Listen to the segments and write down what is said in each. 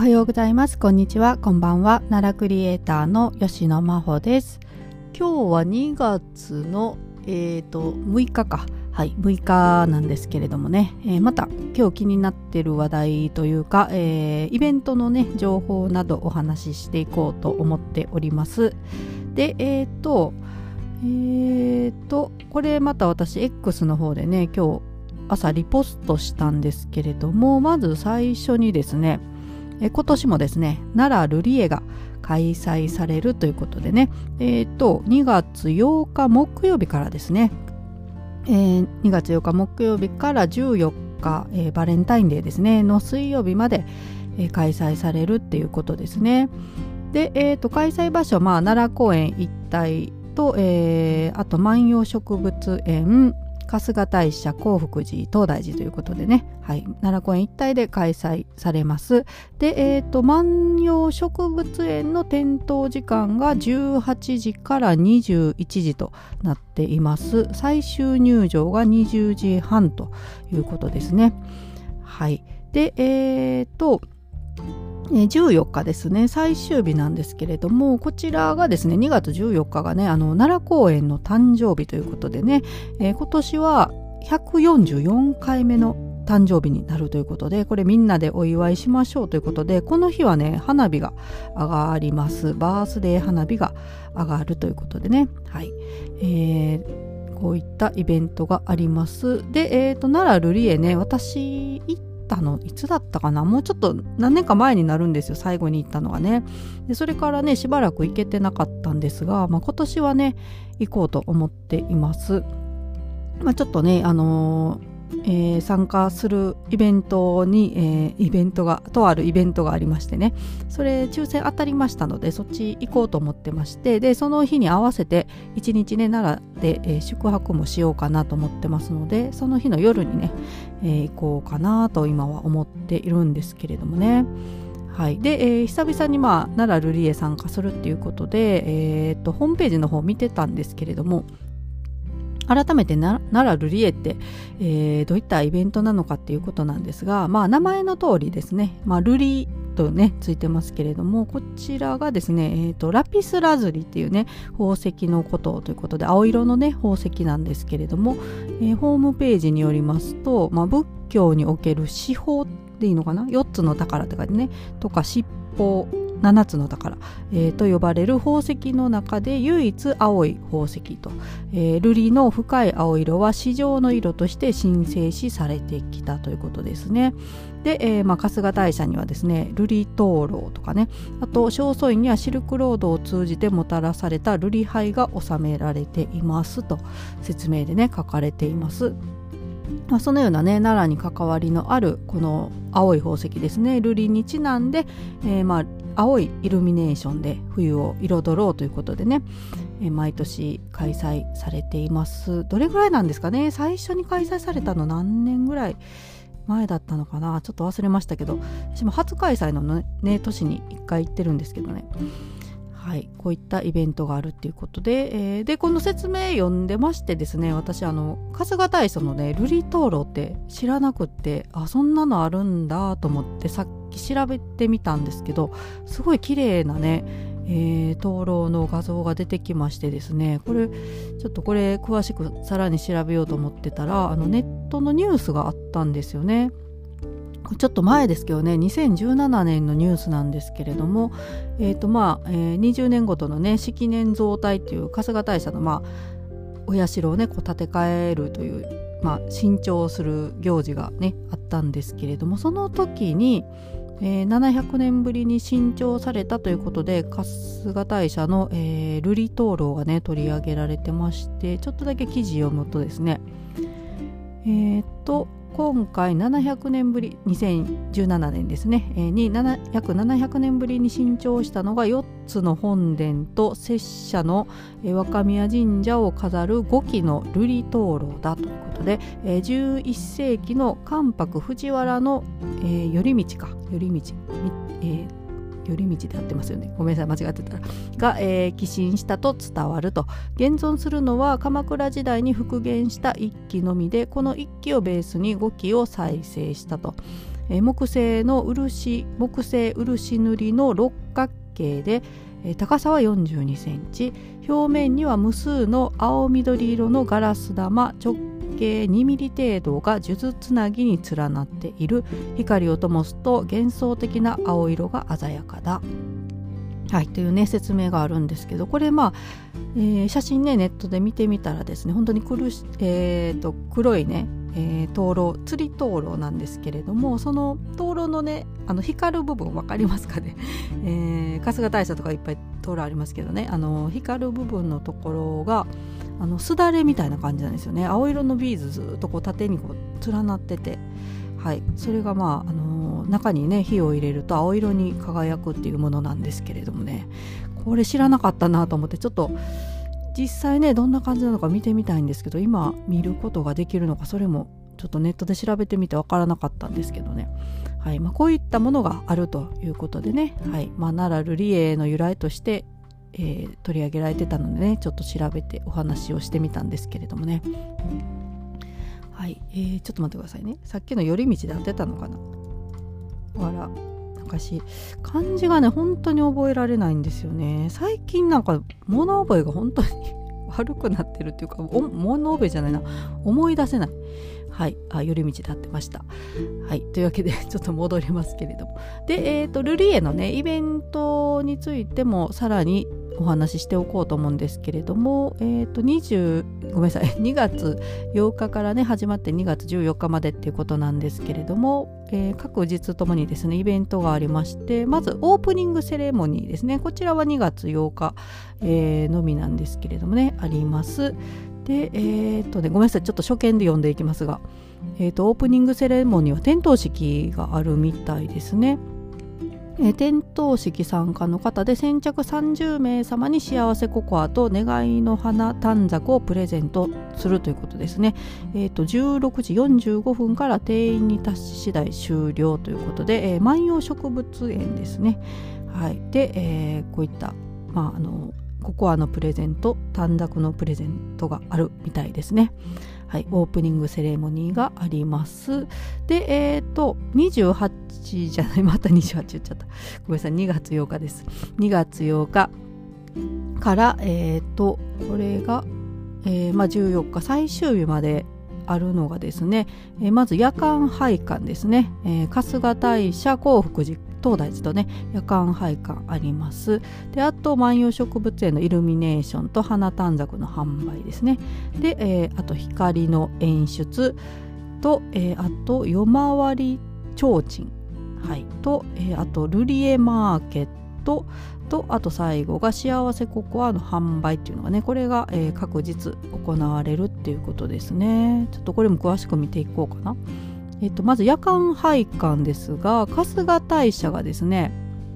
はようございます。こんにちは。こんばんは。奈良クリエイターの吉野真帆です。今日は2月の、6日か。はい、6日なんですけれどもね、また今日気になっている話題というか、イベントのね情報などお話ししていこうと思っております。で、これまた私 X の方でね今日朝リポストしたんですけれども、まず最初にですね、今年もですね奈良瑠璃会が開催されるということでね、2月8日木曜日からですね、2月8日木曜日から14日、バレンタインデーですねの水曜日まで、開催されるっていうことですね。で、開催場所、奈良公園一帯と、あと万葉植物園、春日大社、興福寺、東大寺ということでね、はい、奈良公園一帯で開催されます。で、万葉植物園の点灯時間が18時から21時となっています。最終入場が20時半ということですね。はい。で、14日ですね、最終日なんですけれども、こちらがですね2月14日がね奈良公園の誕生日ということでね、今年は144回目の誕生日になるということで、これみんなでお祝いしましょうということで、この日はね花火が上がります。バースデー花火が上がるということでね、はい、こういったイベントがあります。で、奈良瑠璃会ね、私行ったのいつだったかな、もうちょっと何年か前になるんですよ、最後に行ったのがね。でそれからねしばらく行けてなかったんですが、今年はね行こうと思っています。ちょっとね参加するイベントに、とあるイベントがありましてね、それ抽選当たりましたのでそっち行こうと思ってまして、でその日に合わせて1日ね奈良で、宿泊もしようかなと思ってますので、その日の夜にね、行こうかなと今は思っているんですけれどもね。はい。で、久々に奈良瑠璃会参加するっていうことで、ホームページの方見てたんですけれども、改めて奈良瑠璃会って、どういったイベントなのかっていうことなんですが、名前の通りですね、瑠璃とねついてますけれども、こちらがですね、ラピスラズリっていうね宝石のことということで、青色のね宝石なんですけれども、ホームページによりますと、仏教における四宝でいいのかな、4つの宝とかでねとか七宝7つの宝、と呼ばれる宝石の中で唯一青い宝石と、瑠璃の深い青色は市場の色として神聖視されてきたということですね。で、春日大社にはですね瑠璃灯籠とかね、あと正倉院にはシルクロードを通じてもたらされた瑠璃杯が収められていますと説明でね書かれています。そのようなね奈良に関わりのあるこの青い宝石ですね、瑠璃にちなんで、青いイルミネーションで冬を彩ろうということでね、毎年開催されています。どれぐらいなんですかね、最初に開催されたの何年ぐらい前だったのかな、ちょっと忘れましたけど、私も初開催のね年に1回行ってるんですけどね。はい、こういったイベントがあるっていうことで、でこの説明読んでましてですね、私春日大社のね瑠璃灯籠って知らなくって、そんなのあるんだと思ってさっき調べてみたんですけど、すごい綺麗なね、灯籠の画像が出てきましてですね、これ詳しくさらに調べようと思ってたらネットのニュースがあったんですよね。ちょっと前ですけどね、2017年のニュースなんですけれども、20年ごとのね式年造替っていう春日大社のお社をねこう建て替えるという、新調する行事がねあったんですけれども、その時に、700年ぶりに新調されたということで春日大社の、瑠璃灯籠がね取り上げられてまして、ちょっとだけ記事読むとですね、今回700年ぶり2017年ですね、約700年ぶりに新調したのが4つの本殿と拙者の、若宮神社を飾る5基の瑠璃灯籠だということで、11世紀の関白藤原の、頼道で合ってますよね、ごめんなさい間違ってたらが、寄進したと伝わると。現存するのは鎌倉時代に復元した一基のみで、この一基をベースに5基を再生したと。 木製漆塗りの六角形で、高さは42センチ、表面には無数の青緑色のガラス玉、直径2ミリ程度が数珠つなぎに連なっている。光を灯すと幻想的な青色が鮮やかだ。はい、というね説明があるんですけど、これ写真ねネットで見てみたらですね、本当に黒いね、灯籠、釣り灯籠なんですけれども、その灯籠のね光る部分分かりますかね、春日大社とかいっぱい灯籠ありますけどね、光る部分のところがすだれみたいな感じなんですよね。青色のビーズずっとこう縦にこう連なってて、はい、それが中にね火を入れると青色に輝くっていうものなんですけれどもね、これ知らなかったなと思って、ちょっと実際ねどんな感じなのか見てみたいんですけど、今見ることができるのか、それもちょっとネットで調べてみてわからなかったんですけどね、はい、こういったものがあるということでね、はい、奈良瑠璃会の由来として、取り上げられてたのでね、ちょっと調べてお話をしてみたんですけれどもね、はい、ちょっと待ってくださいね。さっきの寄り道で合ってたのかな。漢字がね本当に覚えられないんですよね。最近なんか物覚えが本当に悪くなってるっていうか、物覚えじゃないな、思い出せない。はい、寄り道で合ってました。はい、というわけでちょっと戻りますけれども、で瑠璃会のねイベントについてもさらにお話ししておこうと思うんですけれども、2月8日からね始まって2月14日までっていうことなんですけれども、各日ともにですねイベントがありまして、まずオープニングセレモニーですね。こちらは2月8日、のみなんですけれどもね、あります。で、ごめんなさい、ちょっと初見で読んでいきますが、オープニングセレモニーは点灯式があるみたいですね。点灯式参加の方で先着30名様に幸せココアと願いの花短冊をプレゼントするということですね。16時45分から定員に達し次第終了ということで、万葉植物園ですね。はい、で、こういったココアのプレゼント、短冊のプレゼントがあるみたいですね。はい、オープニングセレモニーがあります。で、28じゃない、また28言っちゃった。ごめんなさい、2月8日です。2月8日から、これが、14日最終日まであるのがですね、まず夜間拝観ですね。春日大社興福寺東大寺とね夜間拝観あります。であと万葉植物園のイルミネーションと花短冊の販売ですね。で、あと光の演出と、あと夜回り提灯、はい、と、あと瑠璃会マーケットと、あと最後が幸せココアの販売っていうのがね、これが、各日行われるっていうことですね。ちょっとこれも詳しく見ていこうかな。まず夜間拝観ですが、春日大社がですね、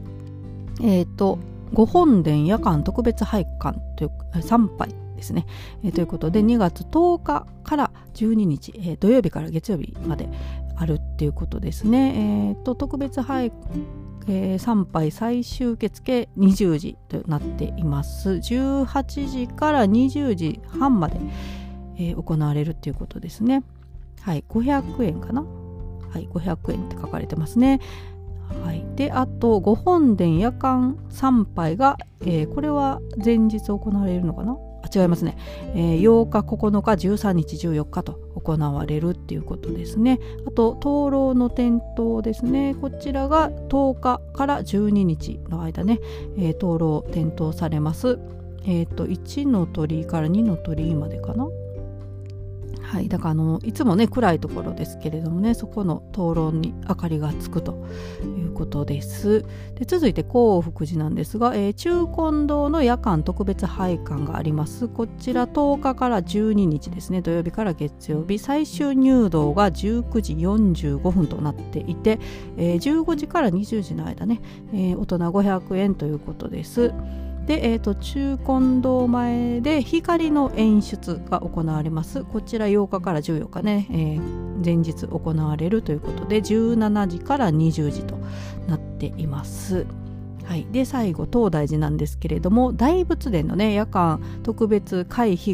御本殿夜間特別拝観という参拝ですね、ということで2月10日から12日、土曜日から月曜日まであるっていうことですね。特別参拝最終受付20時となっています。18時から20時半まで、行われるっていうことですね。はい、500円かな。はい、500円って書かれてますね。はい、であと御本殿夜間参拝が、これは前日行われるのかな。違いますね。8日9日13日14日と行われるっていうことですね。あと灯籠の点灯ですね。こちらが10日から12日の間ね、灯籠点灯されます。1の鳥居から2の鳥居までかな。はい、だからいつもね暗いところですけれどもね、そこの灯籠に明かりがつくということです。で続いて興福寺なんですが、中金堂の夜間特別拝観があります。こちら10日から12日ですね、土曜日から月曜日、最終入道が19時45分となっていて、15時から20時の間ね、大人500円ということです。で、中金堂前で光の演出が行われます。こちら8日から14日ね、前日行われるということで17時から20時となっています。はい、で最後東大寺なんですけれども、大仏殿のね夜間特別会費が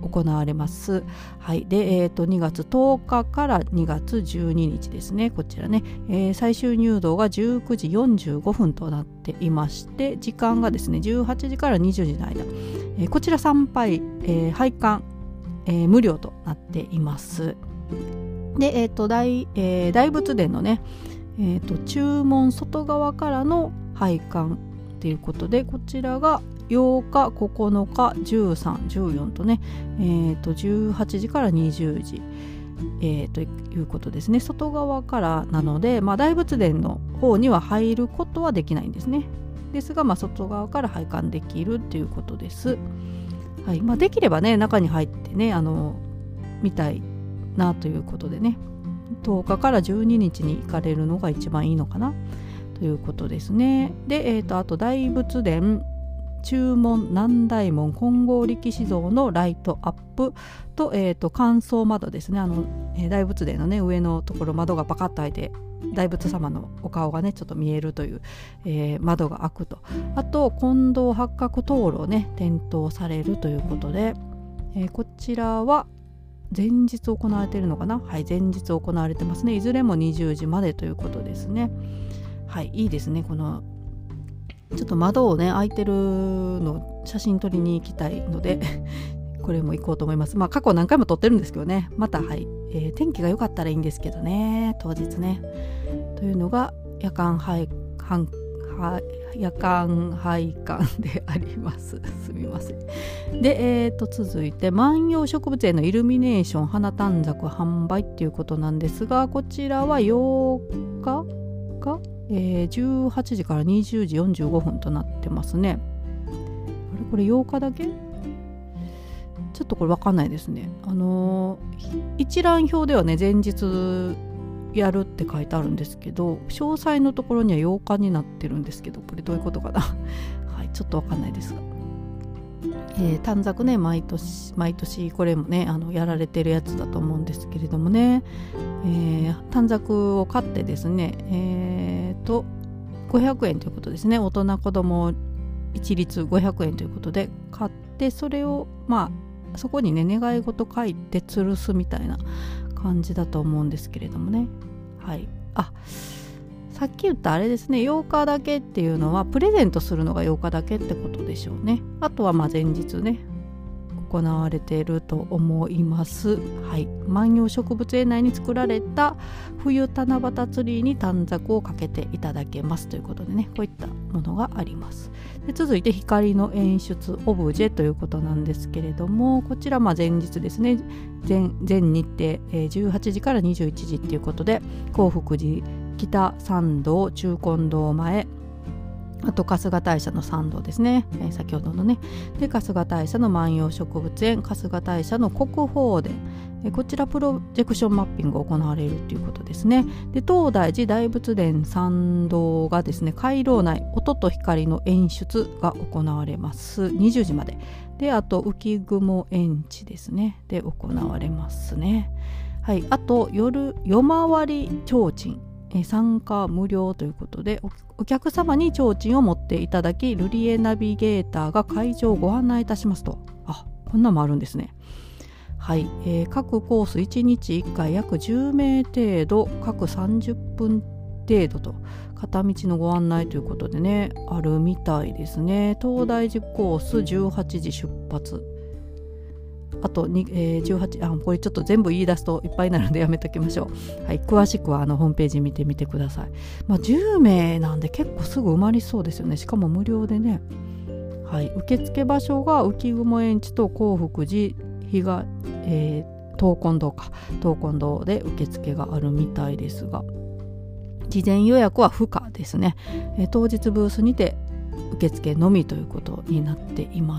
行われます。はい。で、2月10日から2月12日ですね。こちらね、最終入道が19時45分となっていまして、時間がですね、18時から20時の間。こちら参拝、拝観、無料となっています。で、大仏殿のね、中門外側からの拝観ということで、こちらが8日、9日、13、14とね、18時から20時、ということですね。外側からなので、大仏殿の方には入ることはできないんですね。ですが、外側から拝観できるということです。はい。できればね、中に入ってね、見たいなということでね、10日から12日に行かれるのが一番いいのかなということですね。で、あと大仏殿、中門、南大門、金剛力士像のライトアップと、乾燥窓ですね。大仏殿のね、上のところ窓がパカッと開いて、大仏様のお顔がねちょっと見えるという、窓が開くと、あと金堂八角灯籠ね点灯されるということで、こちらは前日行われているのかな。はい、前日行われてますね。いずれも20時までということですね。はい、いいですね。このちょっと窓をね開いてるの写真撮りに行きたいのでこれも行こうと思います。過去何回も撮ってるんですけどね、またはい、天気が良かったらいいんですけどね、当日ね。というのが夜間拝観であります。すみません。で、続いて万葉植物園のイルミネーション花短冊販売っていうことなんですが、こちらは8日が、18時から20時45分となってますね。あれこれ8日だけ？ちょっとこれ分かんないですね。一覧表ではね前日やるって書いてあるんですけど、詳細のところには8日になってるんですけど、これどういうことかなはい、ちょっと分かんないですが、短冊ね毎年これもねやられてるやつだと思うんですけれどもね、短冊を買ってですね500円ということですね。大人子供一律500円ということで買って、それをそこにね願い事書いて吊るすみたいな感じだと思うんですけれどもね。はい。さっき言ったあれですね、8日だけっていうのはプレゼントするのが8日だけってことでしょうね。あとは前日ね行われていると思います。はい。万葉植物園内に作られた冬七夕ツリーに短冊をかけていただけますということでね、こういったものがあります。で続いて光の演出オブジェということなんですけれども、こちら前日ですね、全日程、18時から21時ということで、興福寺北参道中金堂前、あと春日大社の参道ですね、先ほどのね、で春日大社の万葉植物園、春日大社の国宝殿、こちらプロジェクションマッピングが行われるということですね。で東大寺大仏殿参道がですね、回廊内音と光の演出が行われます20時までで、あと浮雲園地ですねで行われますね。はい。あと夜回り提灯、参加無料ということで、お客様に提灯を持っていただき、ルリエナビゲーターが会場をご案内いたしますと。こんなのもあるんですね。はい。各コース1日1回約10名程度、各30分程度と片道のご案内ということでねあるみたいですね。東大寺コース18時出発、あと18これちょっと全部言い出すといっぱいになるのでやめときましょう。はい。詳しくはホームページ見てみてください。10名なんで結構すぐ埋まりそうですよね。しかも無料でね。はい。受付場所が浮雲園地と興福寺東金堂で受付があるみたいですが、事前予約は不可ですね。当日ブースにて受付のみということになっています。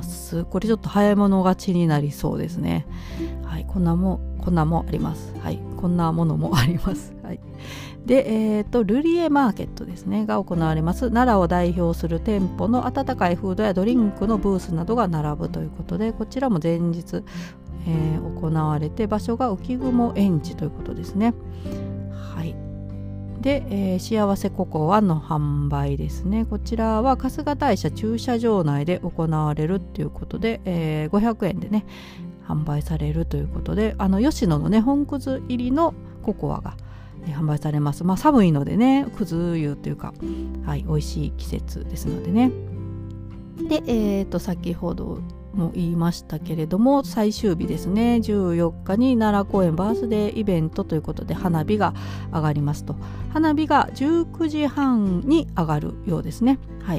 これちょっと早い者勝ちになりそうですね。はい。こんなもあります。はい。こんなものもあります。はい。で、ルリエマーケットですねが行われます。奈良を代表する店舗の温かいフードやドリンクのブースなどが並ぶということで、こちらも前日、行われて、場所が浮雲園地ということですね。はい。で、幸せココアの販売ですね。こちらは春日大社駐車場内で行われるということで、500円でね販売されるということで、吉野のね本くず入りのココアが販売されます。寒いのでね、くず湯というか、美味しい季節ですのでね。で、先ほども言いましたけれども、最終日ですね、14日に奈良公園バースデーイベントということで花火が上がりますと。花火が19時半に上がるようですね。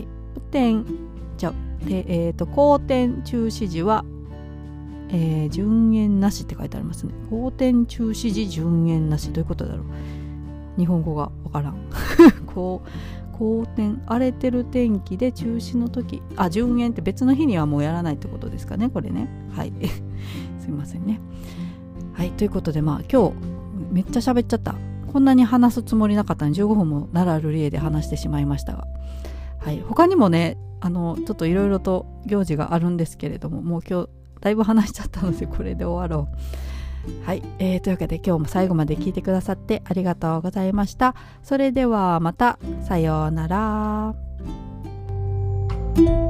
後天中止時は、順延なしって書いてありますね。後天中止時順延なし、どういうことだろう、日本語がわからん後天、荒れてる天気で中止の時、順延って別の日にはもうやらないってことですかね、これね。すいませんね。ということで今日めっちゃ喋っちゃった。こんなに話すつもりなかったのに15分も奈良瑠璃絵で話してしまいましたが、他にもねちょっといろいろと行事があるんですけれども、もう今日だいぶ話しちゃったのでこれで終わろう。というわけで今日も最後まで聞いてくださってありがとうございました。それではまた、さようなら。